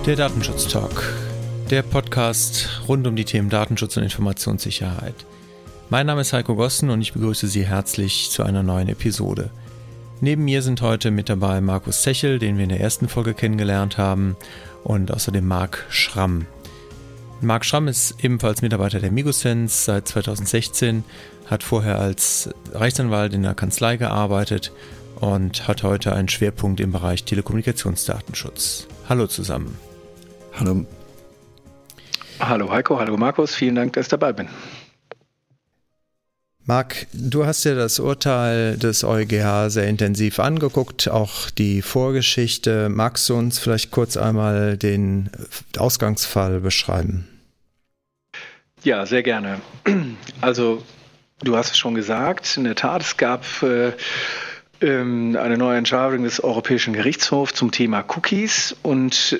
Der Datenschutz-Talk, der Podcast rund um die Themen Datenschutz und Informationssicherheit. Mein Name ist Heiko Gossen und ich begrüße Sie herzlich zu einer neuen Episode. Neben mir sind heute mit dabei Markus Zechel, den wir in der ersten Folge kennengelernt haben, und außerdem Marc Schramm. Marc Schramm ist ebenfalls Mitarbeiter der Migosense seit 2016, hat vorher als Rechtsanwalt in der Kanzlei gearbeitet und hat heute einen Schwerpunkt im Bereich Telekommunikationsdatenschutz. Hallo zusammen. Hallo. Hallo Heiko, hallo Markus, vielen Dank, dass ich dabei bin. Marc, du hast dir das Urteil des EuGH sehr intensiv angeguckt, auch die Vorgeschichte. Magst du uns vielleicht kurz einmal den Ausgangsfall beschreiben? Ja, sehr gerne. Also, du hast es schon gesagt, in der Tat, es gab eine neue Entscheidung des Europäischen Gerichtshofs zum Thema Cookies und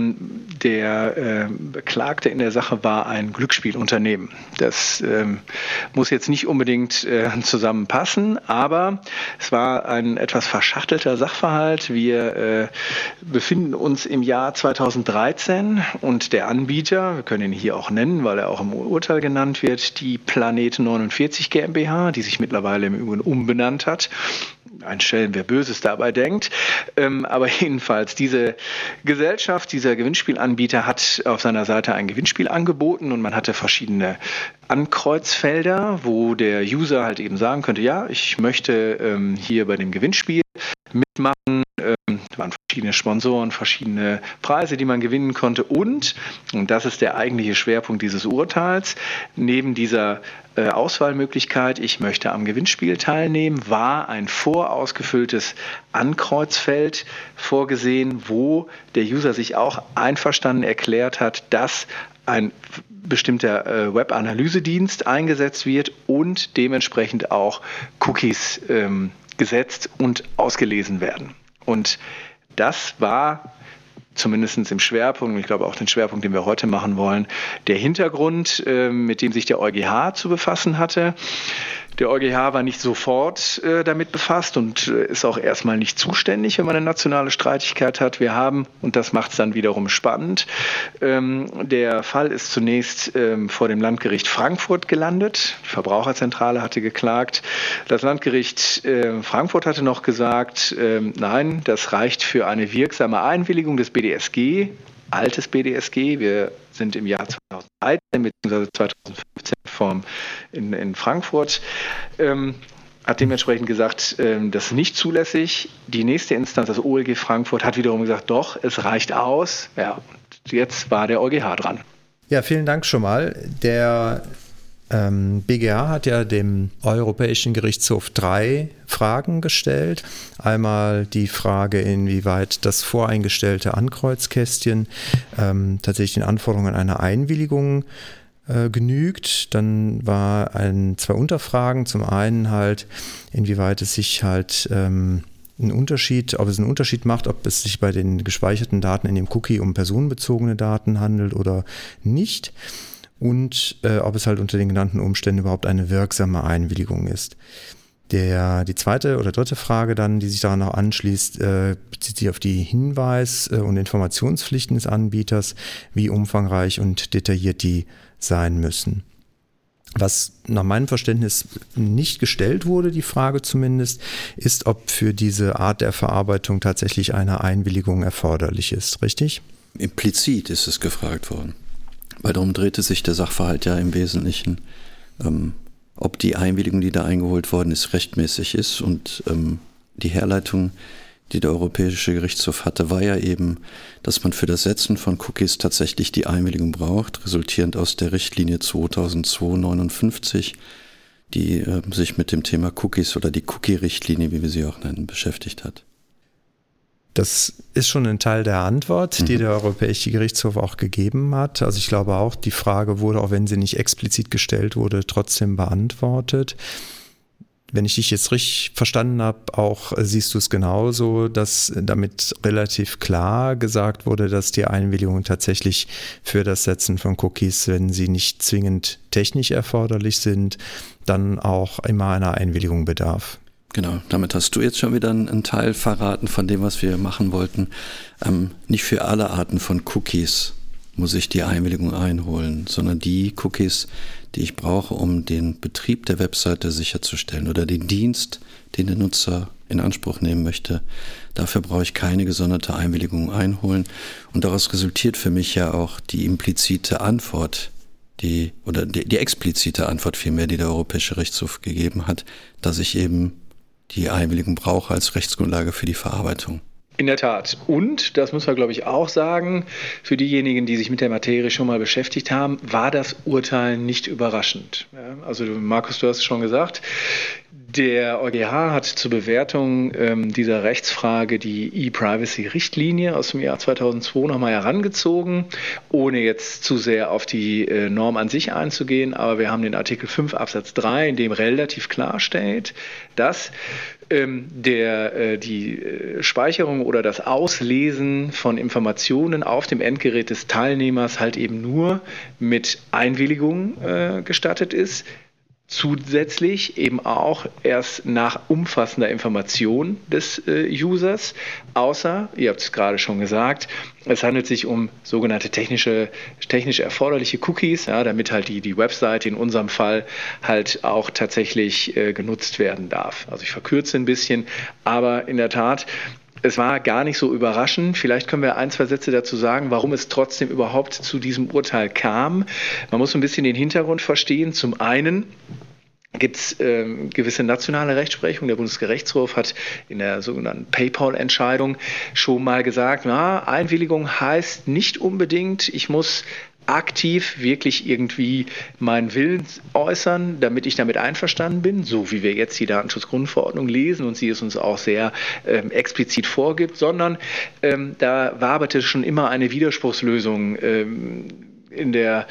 der Beklagte in der Sache war ein Glücksspielunternehmen. Das muss jetzt nicht unbedingt zusammenpassen, aber es war ein etwas verschachtelter Sachverhalt. Wir befinden uns im Jahr 2013 und der Anbieter, wir können ihn hier auch nennen, weil er auch im Urteil genannt wird, die Planet 49 GmbH, die sich mittlerweile im Übrigen umbenannt hat. Ein Schelm, wer Böses dabei denkt. Aber jedenfalls, diese Gesellschaft, dieser Gewinnspielanbieter hat auf seiner Seite ein Gewinnspiel angeboten und man hatte verschiedene Ankreuzfelder, wo der User halt eben sagen könnte, ja, ich möchte hier bei dem Gewinnspiel mitmachen. Es waren verschiedene Sponsoren, verschiedene Preise, die man gewinnen konnte und das ist der eigentliche Schwerpunkt dieses Urteils, neben dieser Auswahlmöglichkeit, ich möchte am Gewinnspiel teilnehmen, war ein vorausgefülltes Ankreuzfeld vorgesehen, wo der User sich auch einverstanden erklärt hat, dass ein bestimmter Web-Analysedienst eingesetzt wird und dementsprechend auch Cookies gesetzt und ausgelesen werden. Und das war zumindest im Schwerpunkt, ich glaube auch den Schwerpunkt, den wir heute machen wollen, der Hintergrund, mit dem sich der EuGH zu befassen hatte. Der EuGH war nicht sofort damit befasst und ist auch erstmal nicht zuständig, wenn man eine nationale Streitigkeit hat. Wir haben, und das macht es dann wiederum spannend, der Fall ist zunächst vor dem Landgericht Frankfurt gelandet. Die Verbraucherzentrale hatte geklagt. Das Landgericht Frankfurt hatte noch gesagt, nein, das reicht für eine wirksame Einwilligung des BDSG, altes BDSG. Wir sind im Jahr 2013 bzw. 2015 in Frankfurt, hat dementsprechend gesagt, das ist nicht zulässig. Die nächste Instanz, das OLG Frankfurt, hat wiederum gesagt, doch, es reicht aus. Ja, und jetzt war der EuGH dran. Ja, vielen Dank schon mal. Der BGH hat ja dem Europäischen Gerichtshof 3 Fragen gestellt. Einmal die Frage, inwieweit das voreingestellte Ankreuzkästchen tatsächlich den Anforderungen einer Einwilligung genügt. Dann waren 2 Unterfragen. Zum einen halt, inwieweit es sich halt ob es einen Unterschied macht, ob es sich bei den gespeicherten Daten in dem Cookie um personenbezogene Daten handelt oder nicht. Und ob es halt unter den genannten Umständen überhaupt eine wirksame Einwilligung ist. Die zweite oder dritte Frage dann, die sich daran noch anschließt, bezieht sich auf die Hinweis- und Informationspflichten des Anbieters, wie umfangreich und detailliert die sein müssen. Was nach meinem Verständnis nicht gestellt wurde, die Frage zumindest, ist, ob für diese Art der Verarbeitung tatsächlich eine Einwilligung erforderlich ist, richtig? Implizit ist es gefragt worden. Weil darum drehte sich der Sachverhalt ja im Wesentlichen, ob die Einwilligung, die da eingeholt worden ist, rechtmäßig ist. Und die Herleitung, die der Europäische Gerichtshof hatte, war ja eben, dass man für das Setzen von Cookies tatsächlich die Einwilligung braucht, resultierend aus der Richtlinie 2002/59, die sich mit dem Thema Cookies oder die Cookie-Richtlinie, wie wir sie auch nennen, beschäftigt hat. Das ist schon ein Teil der Antwort, die der Europäische Gerichtshof auch gegeben hat. Also ich glaube auch, die Frage wurde, auch wenn sie nicht explizit gestellt wurde, trotzdem beantwortet. Wenn ich dich jetzt richtig verstanden habe, auch siehst du es genauso, dass damit relativ klar gesagt wurde, dass die Einwilligungen tatsächlich für das Setzen von Cookies, wenn sie nicht zwingend technisch erforderlich sind, dann auch immer einer Einwilligung bedarf. Genau, damit hast du jetzt schon wieder einen Teil verraten von dem, was wir machen wollten. Nicht für alle Arten von Cookies muss ich die Einwilligung einholen, sondern die Cookies, die ich brauche, um den Betrieb der Webseite sicherzustellen oder den Dienst, den der Nutzer in Anspruch nehmen möchte. Dafür brauche ich keine gesonderte Einwilligung einholen. Und daraus resultiert für mich ja auch die implizite Antwort, die explizite Antwort vielmehr, die der Europäische Gerichtshof gegeben hat, dass ich eben die Einwilligung brauche als Rechtsgrundlage für die Verarbeitung. In der Tat. Und, das muss man, glaube ich, auch sagen, für diejenigen, die sich mit der Materie schon mal beschäftigt haben, war das Urteil nicht überraschend. Ja, also Markus, du hast es schon gesagt, der EuGH hat zur Bewertung dieser Rechtsfrage die E-Privacy-Richtlinie aus dem Jahr 2002 nochmal herangezogen, ohne jetzt zu sehr auf die Norm an sich einzugehen. Aber wir haben den Artikel 5 Absatz 3, in dem relativ klar steht, dass die Speicherung oder das Auslesen von Informationen auf dem Endgerät des Teilnehmers halt eben nur mit Einwilligung gestattet ist. Zusätzlich eben auch erst nach umfassender Information des Users, außer, ihr habt es gerade schon gesagt, es handelt sich um sogenannte technisch erforderliche Cookies, ja, damit halt die Webseite in unserem Fall halt auch tatsächlich genutzt werden darf. Also ich verkürze ein bisschen, aber in der Tat, es war gar nicht so überraschend. Vielleicht können wir 1, 2 Sätze dazu sagen, warum es trotzdem überhaupt zu diesem Urteil kam. Man muss ein bisschen den Hintergrund verstehen. Zum einen gibt es gewisse nationale Rechtsprechung. Der Bundesgerichtshof hat in der sogenannten PayPal-Entscheidung schon mal gesagt, Einwilligung heißt nicht unbedingt, ich muss aktiv wirklich irgendwie meinen Willen äußern, damit ich damit einverstanden bin, so wie wir jetzt die Datenschutzgrundverordnung lesen und sie es uns auch sehr explizit vorgibt, sondern da waberte schon immer eine Widerspruchslösung in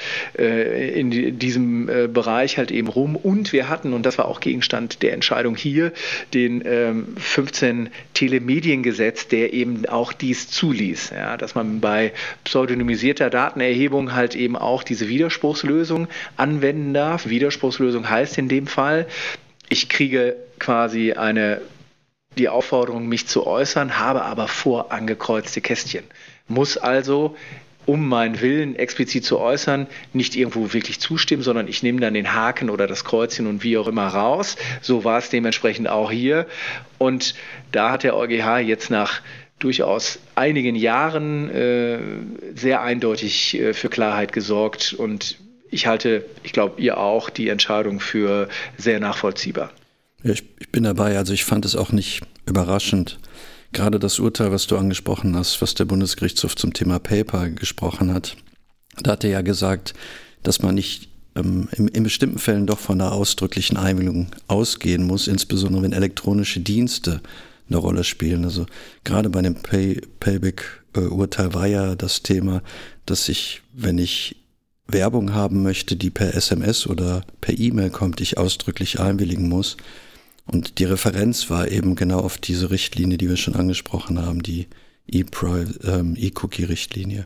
diesem Bereich halt eben rum. Und wir hatten, und das war auch Gegenstand der Entscheidung hier, den 15 Telemediengesetz, der eben auch dies zuließ, ja, dass man bei pseudonymisierter Datenerhebung halt eben auch diese Widerspruchslösung anwenden darf. Widerspruchslösung heißt in dem Fall, ich kriege quasi die Aufforderung, mich zu äußern, habe aber vorangekreuzte Kästchen. Muss also, um meinen Willen explizit zu äußern, nicht irgendwo wirklich zustimmen, sondern ich nehme dann den Haken oder das Kreuzchen und wie auch immer raus. So war es dementsprechend auch hier. Und da hat der EuGH jetzt nach durchaus einigen Jahren sehr eindeutig für Klarheit gesorgt. Und ich glaube, ihr auch, die Entscheidung für sehr nachvollziehbar. Ja, ich bin dabei. Also ich fand es auch nicht überraschend. Gerade das Urteil, was du angesprochen hast, was der Bundesgerichtshof zum Thema PayPal gesprochen hat, da hat er ja gesagt, dass man nicht in bestimmten Fällen doch von einer ausdrücklichen Einwilligung ausgehen muss, insbesondere wenn elektronische Dienste eine Rolle spielen. Also gerade bei dem Payback-Urteil war ja das Thema, dass wenn ich Werbung haben möchte, die per SMS oder per E-Mail kommt, ich ausdrücklich einwilligen muss. Und die Referenz war eben genau auf diese Richtlinie, die wir schon angesprochen haben, die E-Cookie-Richtlinie.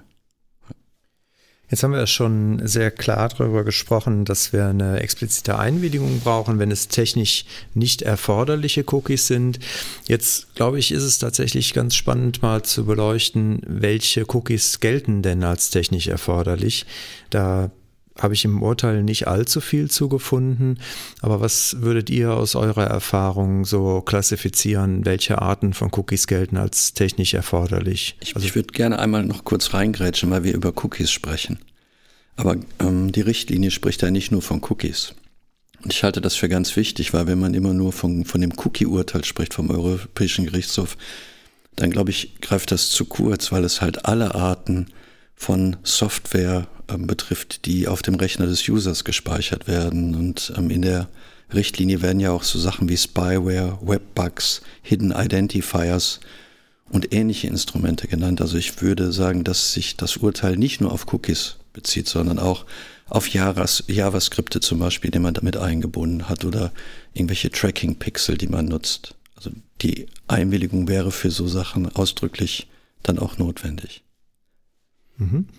Jetzt haben wir ja schon sehr klar darüber gesprochen, dass wir eine explizite Einwilligung brauchen, wenn es technisch nicht erforderliche Cookies sind. Jetzt, glaube ich, ist es tatsächlich ganz spannend, mal zu beleuchten, welche Cookies gelten denn als technisch erforderlich. Da habe ich im Urteil nicht allzu viel zugefunden, aber was würdet ihr aus eurer Erfahrung so klassifizieren, welche Arten von Cookies gelten als technisch erforderlich? Ich würde gerne einmal noch kurz reingrätschen, weil wir über Cookies sprechen. Aber die Richtlinie spricht ja nicht nur von Cookies. Und ich halte das für ganz wichtig, weil wenn man immer nur von dem Cookie-Urteil spricht, vom Europäischen Gerichtshof, dann glaube ich, greift das zu kurz, weil es halt alle Arten von Software betrifft, die auf dem Rechner des Users gespeichert werden. Und in der Richtlinie werden ja auch so Sachen wie Spyware, Webbugs, Hidden Identifiers und ähnliche Instrumente genannt. Also ich würde sagen, dass sich das Urteil nicht nur auf Cookies bezieht, sondern auch auf JavaScripte zum Beispiel, die man damit eingebunden hat, oder irgendwelche Tracking-Pixel, die man nutzt. Also die Einwilligung wäre für so Sachen ausdrücklich dann auch notwendig. Mhm.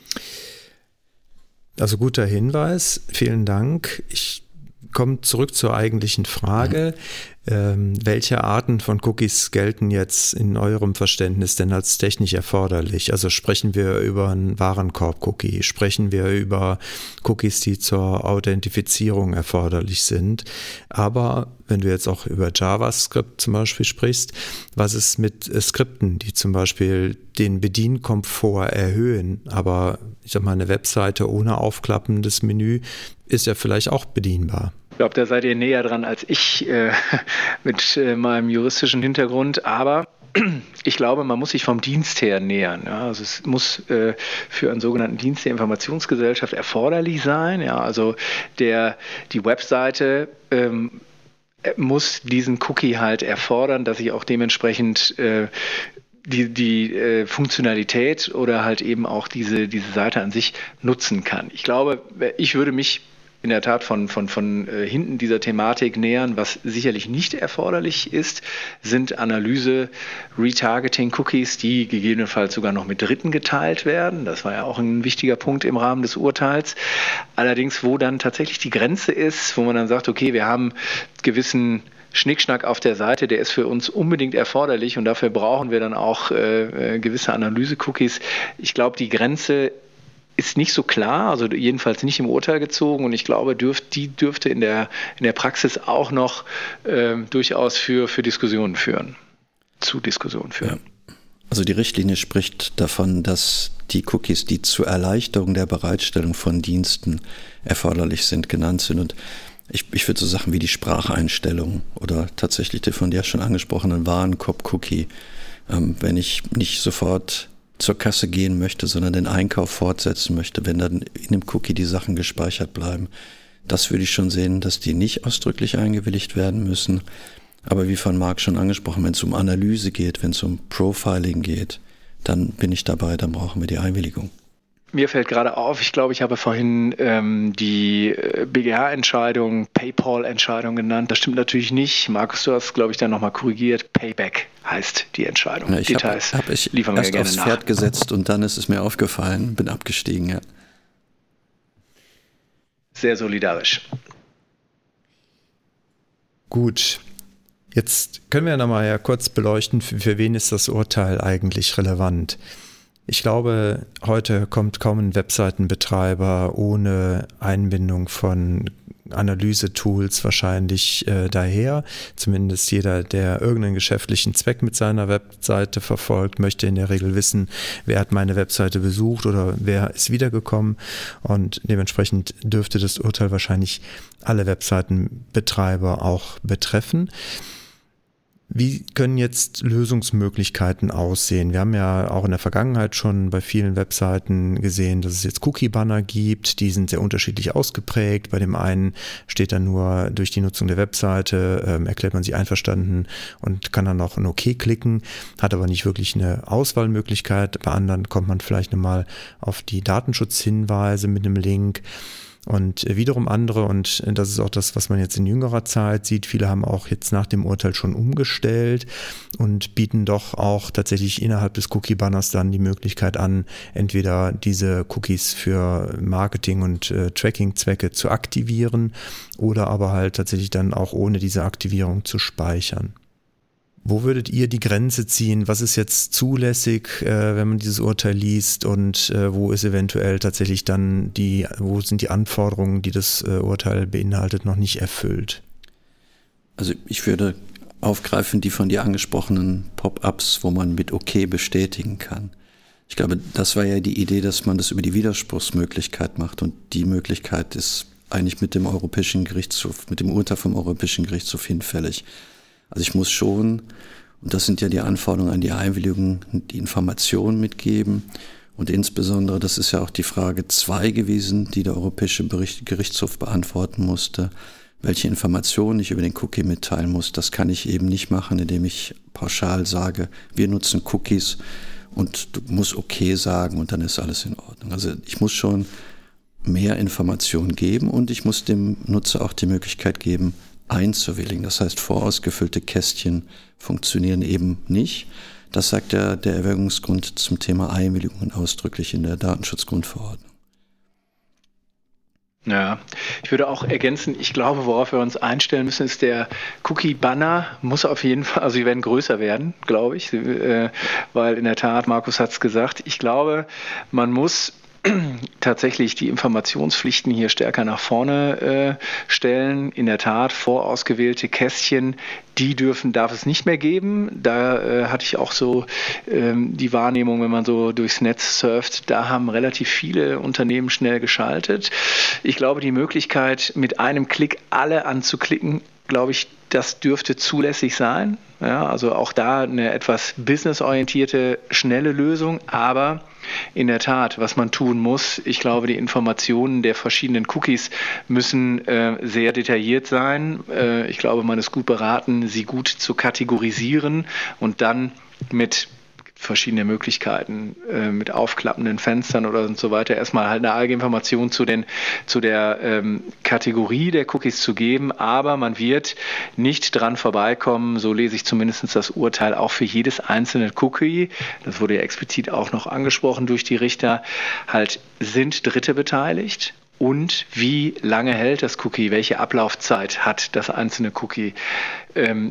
Also guter Hinweis, vielen Dank. Ich komme zurück zur eigentlichen Frage. Welche Arten von Cookies gelten jetzt in eurem Verständnis denn als technisch erforderlich? Also sprechen wir über einen Warenkorb-Cookie? Sprechen wir über Cookies, die zur Authentifizierung erforderlich sind? Aber wenn du jetzt auch über JavaScript zum Beispiel sprichst, was ist mit Skripten, die zum Beispiel den Bedienkomfort erhöhen, aber ich sag mal, eine Webseite ohne aufklappendes Menü ist ja vielleicht auch bedienbar. Ich glaube, da seid ihr näher dran als ich mit meinem juristischen Hintergrund, aber ich glaube, man muss sich vom Dienst her nähern. Ja? Also es muss für einen sogenannten Dienst der Informationsgesellschaft erforderlich sein. Ja? Also die Webseite muss diesen Cookie halt erfordern, dass ich auch dementsprechend die Funktionalität oder halt eben auch diese Seite an sich nutzen kann. Ich glaube, ich würde mich in der Tat von hinten dieser Thematik nähern. Was sicherlich nicht erforderlich ist, sind Analyse, Retargeting, Cookies, die gegebenenfalls sogar noch mit Dritten geteilt werden. Das war ja auch ein wichtiger Punkt im Rahmen des Urteils. Allerdings, wo dann tatsächlich die Grenze ist, wo man dann sagt, okay, wir haben gewissen Schnickschnack auf der Seite, der ist für uns unbedingt erforderlich und dafür brauchen wir dann auch gewisse Analyse-Cookies. Ich glaube, die Grenze ist nicht so klar, also jedenfalls nicht im Urteil gezogen und ich glaube, die dürfte in der Praxis auch noch durchaus für Diskussionen führen, zu Diskussionen führen. Ja. Also die Richtlinie spricht davon, dass die Cookies, die zur Erleichterung der Bereitstellung von Diensten erforderlich sind, genannt sind und ich würde so Sachen wie die Spracheinstellung oder tatsächlich die von dir schon angesprochenen Warenkorb-Cookie, wenn ich nicht sofort zur Kasse gehen möchte, sondern den Einkauf fortsetzen möchte, wenn dann in dem Cookie die Sachen gespeichert bleiben. Das würde ich schon sehen, dass die nicht ausdrücklich eingewilligt werden müssen. Aber wie von Marc schon angesprochen, wenn es um Analyse geht, wenn es um Profiling geht, dann bin ich dabei, dann brauchen wir die Einwilligung. Mir fällt gerade auf, ich glaube, ich habe vorhin die BGH-Entscheidung, PayPal-Entscheidung genannt. Das stimmt natürlich nicht. Markus, du hast, glaube ich, dann nochmal korrigiert. Payback heißt die Entscheidung. Ja, Details liefern wir gerne nach. Ich habe aufs Pferd gesetzt und dann ist es mir aufgefallen, bin abgestiegen. Ja. Sehr solidarisch. Gut. Jetzt können wir nochmal ja kurz beleuchten, für wen ist das Urteil eigentlich relevant. Ich glaube, heute kommt kaum ein Webseitenbetreiber ohne Einbindung von Analyse-Tools wahrscheinlich daher. Zumindest jeder, der irgendeinen geschäftlichen Zweck mit seiner Webseite verfolgt, möchte in der Regel wissen, wer hat meine Webseite besucht oder wer ist wiedergekommen. Und dementsprechend dürfte das Urteil wahrscheinlich alle Webseitenbetreiber auch betreffen. Wie können jetzt Lösungsmöglichkeiten aussehen? Wir haben ja auch in der Vergangenheit schon bei vielen Webseiten gesehen, dass es jetzt Cookie-Banner gibt, die sind sehr unterschiedlich ausgeprägt. Bei dem einen steht dann nur durch die Nutzung der Webseite, erklärt man sich einverstanden und kann dann noch ein OK klicken, hat aber nicht wirklich eine Auswahlmöglichkeit. Bei anderen kommt man vielleicht nochmal auf die Datenschutzhinweise mit einem Link. Und wiederum andere, und das ist auch das, was man jetzt in jüngerer Zeit sieht, viele haben auch jetzt nach dem Urteil schon umgestellt und bieten doch auch tatsächlich innerhalb des Cookie-Banners dann die Möglichkeit an, entweder diese Cookies für Marketing- und Tracking-Zwecke zu aktivieren oder aber halt tatsächlich dann auch ohne diese Aktivierung zu speichern. Wo würdet ihr die Grenze ziehen? Was ist jetzt zulässig, wenn man dieses Urteil liest und wo ist eventuell tatsächlich dann wo sind die Anforderungen, die das Urteil beinhaltet, noch nicht erfüllt? Also ich würde aufgreifen die von dir angesprochenen Pop-ups, wo man mit OK bestätigen kann. Ich glaube, das war ja die Idee, dass man das über die Widerspruchsmöglichkeit macht und die Möglichkeit ist eigentlich mit dem Europäischen Gerichtshof, mit dem Urteil vom Europäischen Gerichtshof hinfällig. Also ich muss schon, und das sind ja die Anforderungen an die Einwilligung, die Informationen mitgeben und insbesondere, das ist ja auch die Frage 2 gewesen, die der Europäische Gerichtshof beantworten musste, welche Informationen ich über den Cookie mitteilen muss. Das kann ich eben nicht machen, indem ich pauschal sage, wir nutzen Cookies und du musst okay sagen und dann ist alles in Ordnung. Also ich muss schon mehr Informationen geben und ich muss dem Nutzer auch die Möglichkeit geben, einzuwilligen. Das heißt, vorausgefüllte Kästchen funktionieren eben nicht. Das sagt der Erwägungsgrund zum Thema Einwilligungen ausdrücklich in der Datenschutzgrundverordnung. Ja, ich würde auch ergänzen, ich glaube, worauf wir uns einstellen müssen, ist der Cookie-Banner muss auf jeden Fall, also sie werden größer werden, glaube ich, weil in der Tat, Markus hat es gesagt, ich glaube, man muss tatsächlich die Informationspflichten hier stärker nach vorne stellen. In der Tat, vorausgewählte Kästchen, darf es nicht mehr geben. Da hatte ich auch so die Wahrnehmung, wenn man so durchs Netz surft, da haben relativ viele Unternehmen schnell geschaltet. Ich glaube, die Möglichkeit, mit einem Klick alle anzuklicken, glaube ich, das dürfte zulässig sein. Ja, also auch da eine etwas businessorientierte, schnelle Lösung. Aber in der Tat, was man tun muss, ich glaube, die Informationen der verschiedenen Cookies müssen sehr detailliert sein. Ich glaube, man ist gut beraten, sie gut zu kategorisieren und dann mit verschiedene Möglichkeiten mit aufklappenden Fenstern oder so weiter erstmal halt eine Eigeninformation zu der Kategorie der Cookies zu geben, aber man wird nicht dran vorbeikommen, so lese ich zumindest das Urteil, auch für jedes einzelne Cookie, das wurde ja explizit auch noch angesprochen durch die Richter, halt sind Dritte beteiligt. Und wie lange hält das Cookie? Welche Ablaufzeit hat das einzelne Cookie im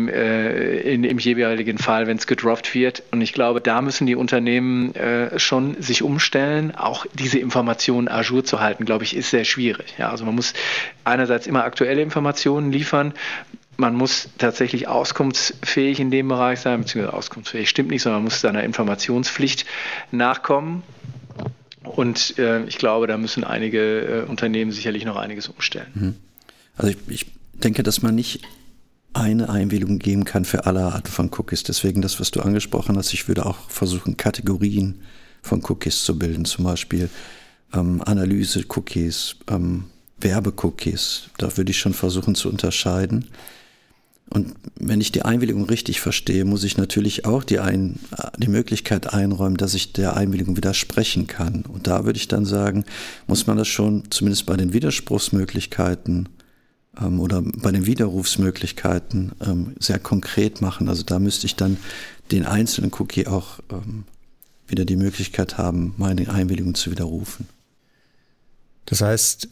jeweiligen Fall, wenn es gedroppt wird? Und ich glaube, da müssen die Unternehmen schon sich umstellen. Auch diese Informationen à jour zu halten, glaube ich, ist sehr schwierig. Ja, also man muss einerseits immer aktuelle Informationen liefern. Man muss tatsächlich auskunftsfähig in dem Bereich sein, beziehungsweise auskunftsfähig stimmt nicht, sondern man muss seiner Informationspflicht nachkommen. Und ich glaube, da müssen einige Unternehmen sicherlich noch einiges umstellen. Also ich denke, dass man nicht eine Einwilligung geben kann für alle Arten von Cookies. Deswegen das, was du angesprochen hast, ich würde auch versuchen, Kategorien von Cookies zu bilden. Zum Beispiel Analyse-Cookies, Werbe-Cookies. Da würde ich schon versuchen zu unterscheiden. Und wenn ich die Einwilligung richtig verstehe, muss ich natürlich auch die Möglichkeit einräumen, dass ich der Einwilligung widersprechen kann. Und da würde ich dann sagen, muss man das schon zumindest bei den Widerspruchsmöglichkeiten oder bei den Widerrufsmöglichkeiten sehr konkret machen. Also da müsste ich dann den einzelnen Cookie auch wieder die Möglichkeit haben, meine Einwilligung zu widerrufen. Das heißt,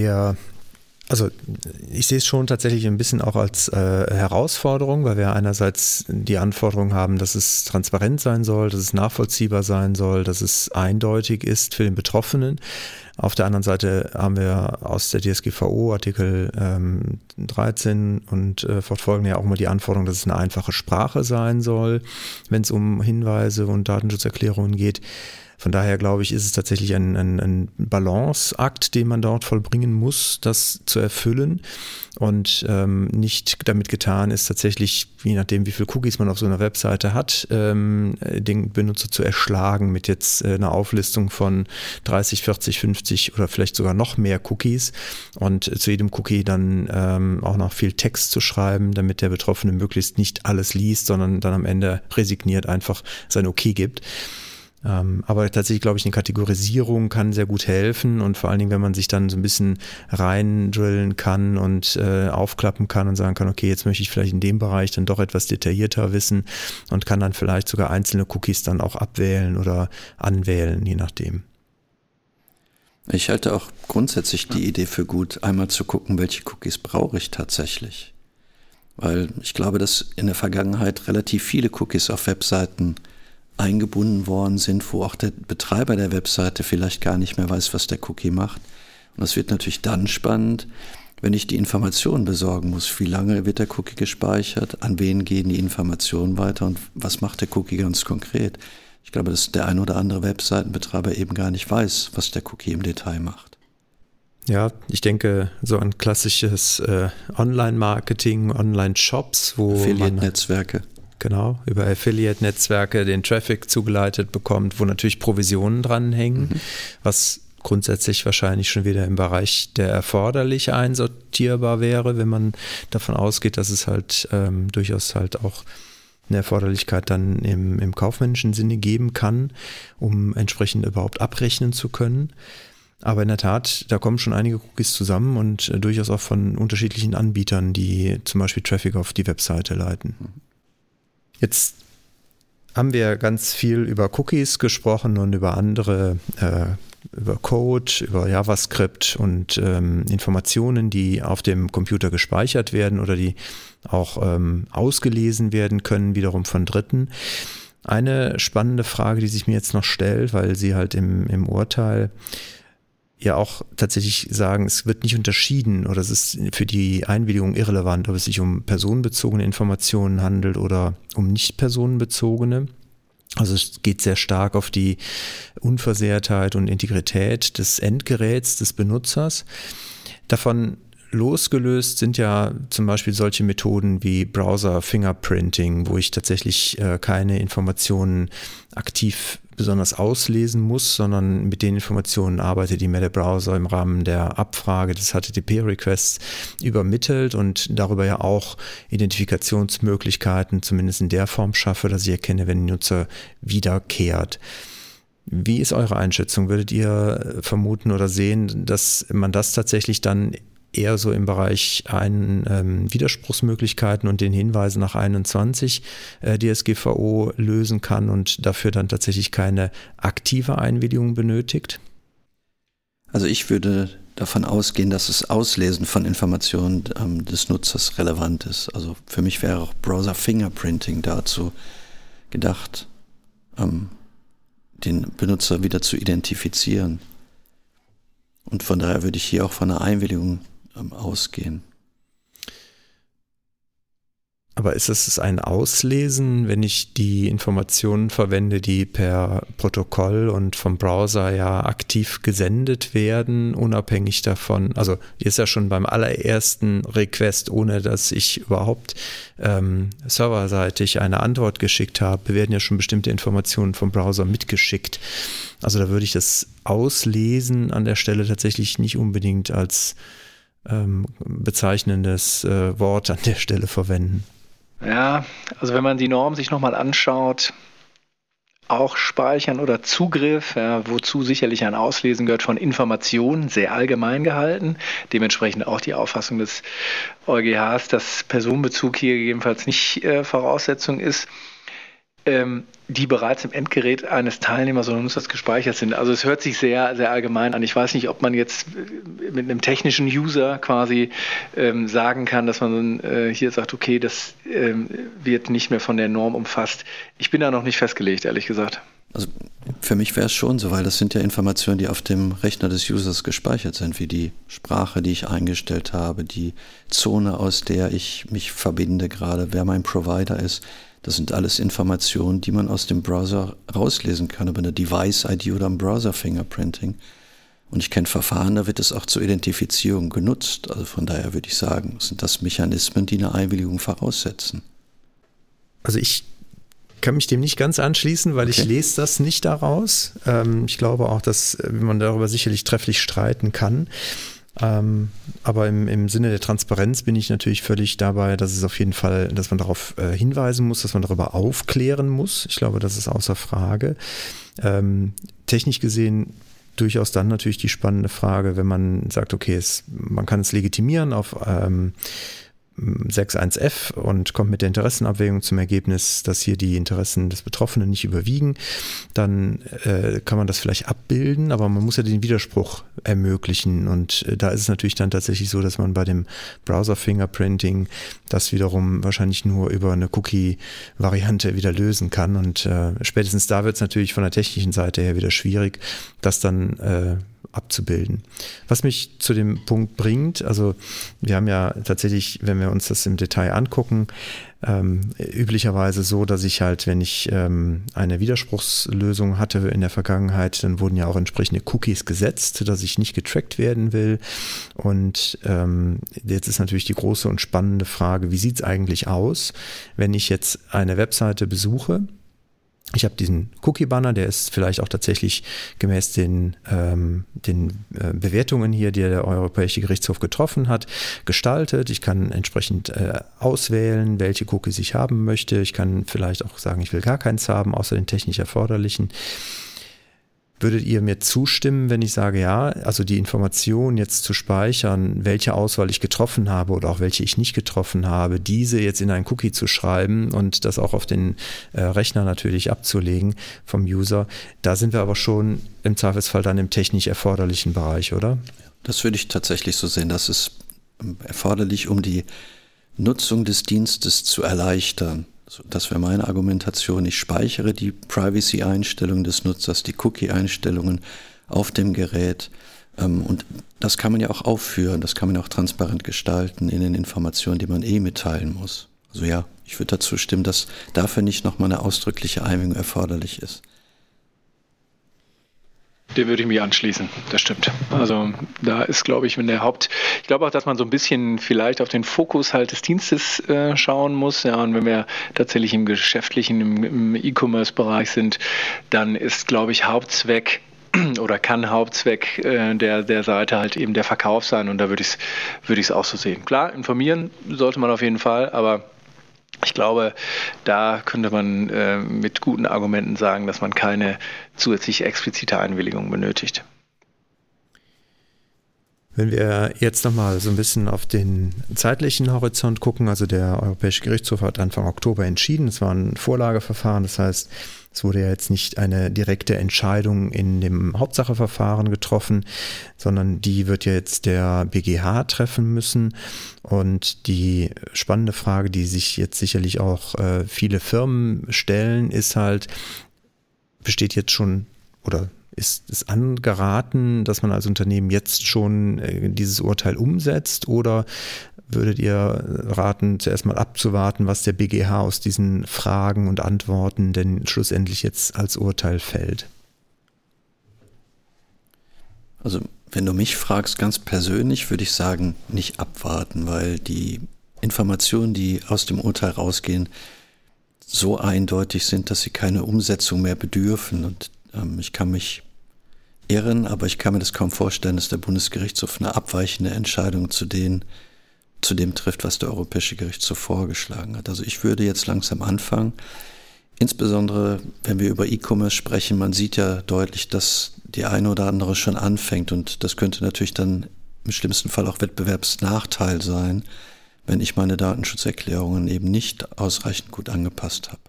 also ich sehe es schon tatsächlich ein bisschen auch als Herausforderung, weil wir einerseits die Anforderung haben, dass es transparent sein soll, dass es nachvollziehbar sein soll, dass es eindeutig ist für den Betroffenen. Auf der anderen Seite haben wir aus der DSGVO Artikel 13 und fortfolgende ja auch immer die Anforderung, dass es eine einfache Sprache sein soll, wenn es um Hinweise und Datenschutzerklärungen geht. Von daher glaube ich, ist es tatsächlich ein Balanceakt, den man dort vollbringen muss, das zu erfüllen und nicht damit getan ist, tatsächlich, je nachdem wie viele Cookies man auf so einer Webseite hat, den Benutzer zu erschlagen mit jetzt einer Auflistung von 30, 40, 50 oder vielleicht sogar noch mehr Cookies und zu jedem Cookie dann auch noch viel Text zu schreiben, damit der Betroffene möglichst nicht alles liest, sondern dann am Ende resigniert einfach sein Okay gibt. Aber tatsächlich glaube ich, eine Kategorisierung kann sehr gut helfen und vor allen Dingen, wenn man sich dann so ein bisschen reindrillen kann und aufklappen kann und sagen kann, okay, jetzt möchte ich vielleicht in dem Bereich dann doch etwas detaillierter wissen und kann dann vielleicht sogar einzelne Cookies dann auch abwählen oder anwählen, je nachdem. Ich halte auch grundsätzlich die Idee für gut, einmal zu gucken, welche Cookies brauche ich tatsächlich. Weil ich glaube, dass in der Vergangenheit relativ viele Cookies auf Webseiten eingebunden worden sind, wo auch der Betreiber der Webseite vielleicht gar nicht mehr weiß, was der Cookie macht. Und das wird natürlich dann spannend, wenn ich die Informationen besorgen muss. Wie lange wird der Cookie gespeichert? An wen gehen die Informationen weiter? Und was macht der Cookie ganz konkret? Ich glaube, dass der ein oder andere Webseitenbetreiber eben gar nicht weiß, was der Cookie im Detail macht. Ja, ich denke so an klassisches Online-Marketing, Online-Shops, wo Affiliate-Netzwerke. Genau, über Affiliate-Netzwerke den Traffic zugeleitet bekommt, wo natürlich Provisionen dranhängen, was grundsätzlich wahrscheinlich schon wieder im Bereich der erforderlich einsortierbar wäre, wenn man davon ausgeht, dass es halt durchaus halt auch eine Erforderlichkeit dann im kaufmännischen Sinne geben kann, um entsprechend überhaupt abrechnen zu können. Aber in der Tat, da kommen schon einige Cookies zusammen und durchaus auch von unterschiedlichen Anbietern, die zum Beispiel Traffic auf die Webseite leiten. Jetzt haben wir ganz viel über Cookies gesprochen und über andere Code, über JavaScript und Informationen, die auf dem Computer gespeichert werden oder die auch ausgelesen werden können, wiederum von Dritten. Eine spannende Frage, die sich mir jetzt noch stellt, weil Sie halt im Urteil ja auch tatsächlich sagen, es wird nicht unterschieden oder es ist für die Einwilligung irrelevant, ob es sich um personenbezogene Informationen handelt oder um nicht personenbezogene. Also es geht sehr stark auf die Unversehrtheit und Integrität des Endgeräts, des Benutzers. Davon losgelöst sind ja zum Beispiel solche Methoden wie Browser-Fingerprinting, wo ich tatsächlich keine Informationen aktiv besonders auslesen muss, sondern mit den Informationen arbeite, die mir der Browser im Rahmen der Abfrage des HTTP-Requests übermittelt und darüber ja auch Identifikationsmöglichkeiten zumindest in der Form schaffe, dass ich erkenne, wenn ein Nutzer wiederkehrt. Wie ist eure Einschätzung? Würdet ihr vermuten oder sehen, dass man das tatsächlich dann eher so im Bereich Widerspruchsmöglichkeiten und den Hinweisen nach 21 DSGVO lösen kann und dafür dann tatsächlich keine aktive Einwilligung benötigt? Also ich würde davon ausgehen, dass das Auslesen von Informationen des Nutzers relevant ist. Also für mich wäre auch Browser Fingerprinting dazu gedacht, den Benutzer wieder zu identifizieren. Und von daher würde ich hier auch von einer Einwilligung ausgehen. Aber ist es ein Auslesen, wenn ich die Informationen verwende, die per Protokoll und vom Browser ja aktiv gesendet werden, unabhängig davon? Also ist ja schon beim allerersten Request, ohne dass ich überhaupt serverseitig eine Antwort geschickt habe, werden ja schon bestimmte Informationen vom Browser mitgeschickt. Also da würde ich das Auslesen an der Stelle tatsächlich nicht unbedingt als bezeichnendes Wort an der Stelle verwenden. Ja, also wenn man die Norm sich nochmal anschaut, auch Speichern oder Zugriff, ja, wozu sicherlich ein Auslesen gehört von Informationen, sehr allgemein gehalten. Dementsprechend auch die Auffassung des EuGHs, dass Personenbezug hier gegebenenfalls nicht Voraussetzung ist, die bereits im Endgerät eines Teilnehmers oder Nutzers gespeichert sind. Also es hört sich sehr, sehr allgemein an. Ich weiß nicht, ob man jetzt mit einem technischen User quasi sagen kann, dass man hier sagt, okay, das wird nicht mehr von der Norm umfasst. Ich bin da noch nicht festgelegt, ehrlich gesagt. Also für mich wäre es schon so, weil das sind ja Informationen, die auf dem Rechner des Users gespeichert sind, wie die Sprache, die ich eingestellt habe, die Zone, aus der ich mich verbinde gerade, wer mein Provider ist. Das sind alles Informationen, die man aus dem Browser rauslesen kann, über eine Device-ID oder ein Browser-Fingerprinting. Und ich kenne Verfahren, da wird es auch zur Identifizierung genutzt. Also von daher würde ich sagen, sind das Mechanismen, die eine Einwilligung voraussetzen. Also ich kann mich dem nicht ganz anschließen, weil ich lese das nicht daraus. Ich glaube auch, dass man darüber sicherlich trefflich streiten kann. Aber im Sinne der Transparenz bin ich natürlich völlig dabei, dass es auf jeden Fall, dass man darauf hinweisen muss, dass man darüber aufklären muss. Ich glaube, das ist außer Frage. Technisch gesehen durchaus dann natürlich die spannende Frage, wenn man sagt, okay, man kann es legitimieren auf 6.1f und kommt mit der Interessenabwägung zum Ergebnis, dass hier die Interessen des Betroffenen nicht überwiegen, dann kann man das vielleicht abbilden, aber man muss ja den Widerspruch ermöglichen und da ist es natürlich dann tatsächlich so, dass man bei dem Browser-Fingerprinting das wiederum wahrscheinlich nur über eine Cookie-Variante wieder lösen kann und spätestens da wird es natürlich von der technischen Seite her wieder schwierig, das dann abzubilden. Was mich zu dem Punkt bringt, also wir haben ja tatsächlich, wenn wir uns das im Detail angucken, üblicherweise so, dass ich halt, wenn ich eine Widerspruchslösung hatte in der Vergangenheit, dann wurden ja auch entsprechende Cookies gesetzt, dass ich nicht getrackt werden will. Und jetzt ist natürlich die große und spannende Frage, wie sieht es eigentlich aus, wenn ich jetzt eine Webseite besuche? Ich habe diesen Cookie-Banner, der ist vielleicht auch tatsächlich gemäß den Bewertungen hier, die der Europäische Gerichtshof getroffen hat, gestaltet. Ich kann entsprechend auswählen, welche Cookies ich haben möchte. Ich kann vielleicht auch sagen, ich will gar keins haben, außer den technisch erforderlichen. Würdet ihr mir zustimmen, wenn ich sage, ja, also die Information jetzt zu speichern, welche Auswahl ich getroffen habe oder auch welche ich nicht getroffen habe, diese jetzt in einen Cookie zu schreiben und das auch auf den Rechner natürlich abzulegen vom User, da sind wir aber schon im Zweifelsfall dann im technisch erforderlichen Bereich, oder? Das würde ich tatsächlich so sehen. Das ist erforderlich, um die Nutzung des Dienstes zu erleichtern. Also das wäre meine Argumentation. Ich speichere die Privacy-Einstellungen des Nutzers, die Cookie-Einstellungen auf dem Gerät. Und das kann man ja auch aufführen, das kann man auch transparent gestalten in den Informationen, die man mitteilen muss. Also ja, ich würde dazu stimmen, dass dafür nicht nochmal eine ausdrückliche Einwilligung erforderlich ist. Dem würde ich mich anschließen, das stimmt. Also da ist, glaube ich, ich glaube auch, dass man so ein bisschen vielleicht auf den Fokus halt des Dienstes schauen muss. Ja, und wenn wir tatsächlich im geschäftlichen, im E-Commerce-Bereich sind, dann ist, glaube ich, Hauptzweck oder kann Hauptzweck der Seite halt eben der Verkauf sein. Und da würde ich es auch so sehen. Klar, informieren sollte man auf jeden Fall, aber ich glaube, da könnte man mit guten Argumenten sagen, dass man keine zusätzlich explizite Einwilligung benötigt. Wenn wir jetzt nochmal so ein bisschen auf den zeitlichen Horizont gucken, also der Europäische Gerichtshof hat Anfang Oktober entschieden, es war ein Vorlageverfahren, das heißt, es wurde ja jetzt nicht eine direkte Entscheidung in dem Hauptsacheverfahren getroffen, sondern die wird ja jetzt der BGH treffen müssen. Und die spannende Frage, die sich jetzt sicherlich auch viele Firmen stellen, ist halt, besteht jetzt schon oder ist es angeraten, dass man als Unternehmen jetzt schon dieses Urteil umsetzt, oder würdet ihr raten, zuerst mal abzuwarten, was der BGH aus diesen Fragen und Antworten denn schlussendlich jetzt als Urteil fällt? Also wenn du mich fragst, ganz persönlich, würde ich sagen, nicht abwarten, weil die Informationen, die aus dem Urteil rausgehen, so eindeutig sind, dass sie keine Umsetzung mehr bedürfen. Und ich kann mich irren, aber ich kann mir das kaum vorstellen, dass der Bundesgerichtshof eine abweichende Entscheidung zu dem trifft, was der Europäische Gerichtshof vorgeschlagen hat. Also ich würde jetzt langsam anfangen, insbesondere wenn wir über E-Commerce sprechen, man sieht ja deutlich, dass die eine oder andere schon anfängt, und das könnte natürlich dann im schlimmsten Fall auch Wettbewerbsnachteil sein, wenn ich meine Datenschutzerklärungen eben nicht ausreichend gut angepasst habe.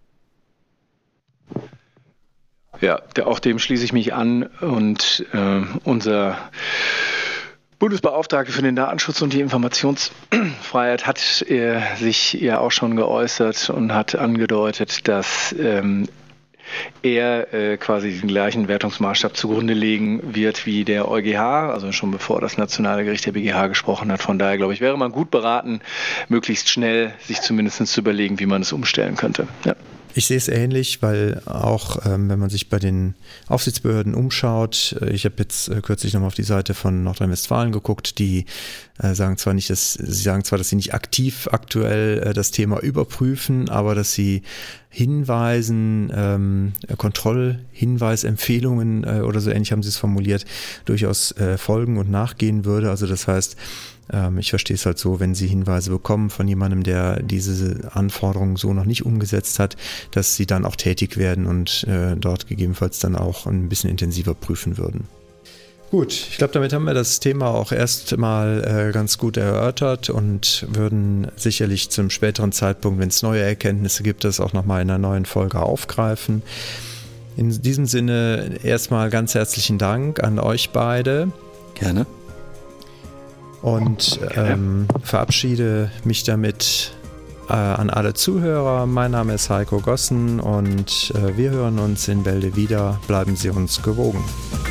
Ja, auch dem schließe ich mich an, und unser Bundesbeauftragter für den Datenschutz und die Informationsfreiheit hat sich ja auch schon geäußert und hat angedeutet, dass er quasi den gleichen Wertungsmaßstab zugrunde legen wird wie der EuGH, also schon bevor das nationale Gericht der BGH gesprochen hat. Von daher, glaube ich, wäre man gut beraten, möglichst schnell sich zumindest zu überlegen, wie man es umstellen könnte. Ja. Ich sehe es ähnlich, weil auch wenn man sich bei den Aufsichtsbehörden umschaut, ich habe jetzt kürzlich nochmal auf die Seite von Nordrhein-Westfalen geguckt, die sagen zwar, dass sie nicht aktiv aktuell das Thema überprüfen, aber dass sie Hinweisen, Kontrollhinweisempfehlungen oder so ähnlich haben sie es formuliert, durchaus folgen und nachgehen würde. Also das heißt, ich verstehe es halt so, wenn Sie Hinweise bekommen von jemandem, der diese Anforderungen so noch nicht umgesetzt hat, dass Sie dann auch tätig werden und dort gegebenenfalls dann auch ein bisschen intensiver prüfen würden. Gut, ich glaube, damit haben wir das Thema auch erst mal ganz gut erörtert und würden sicherlich zum späteren Zeitpunkt, wenn es neue Erkenntnisse gibt, das auch nochmal in einer neuen Folge aufgreifen. In diesem Sinne erstmal ganz herzlichen Dank an euch beide. Gerne. Und verabschiede mich damit an alle Zuhörer. Mein Name ist Heiko Gossen und wir hören uns in Bälde wieder. Bleiben Sie uns gewogen.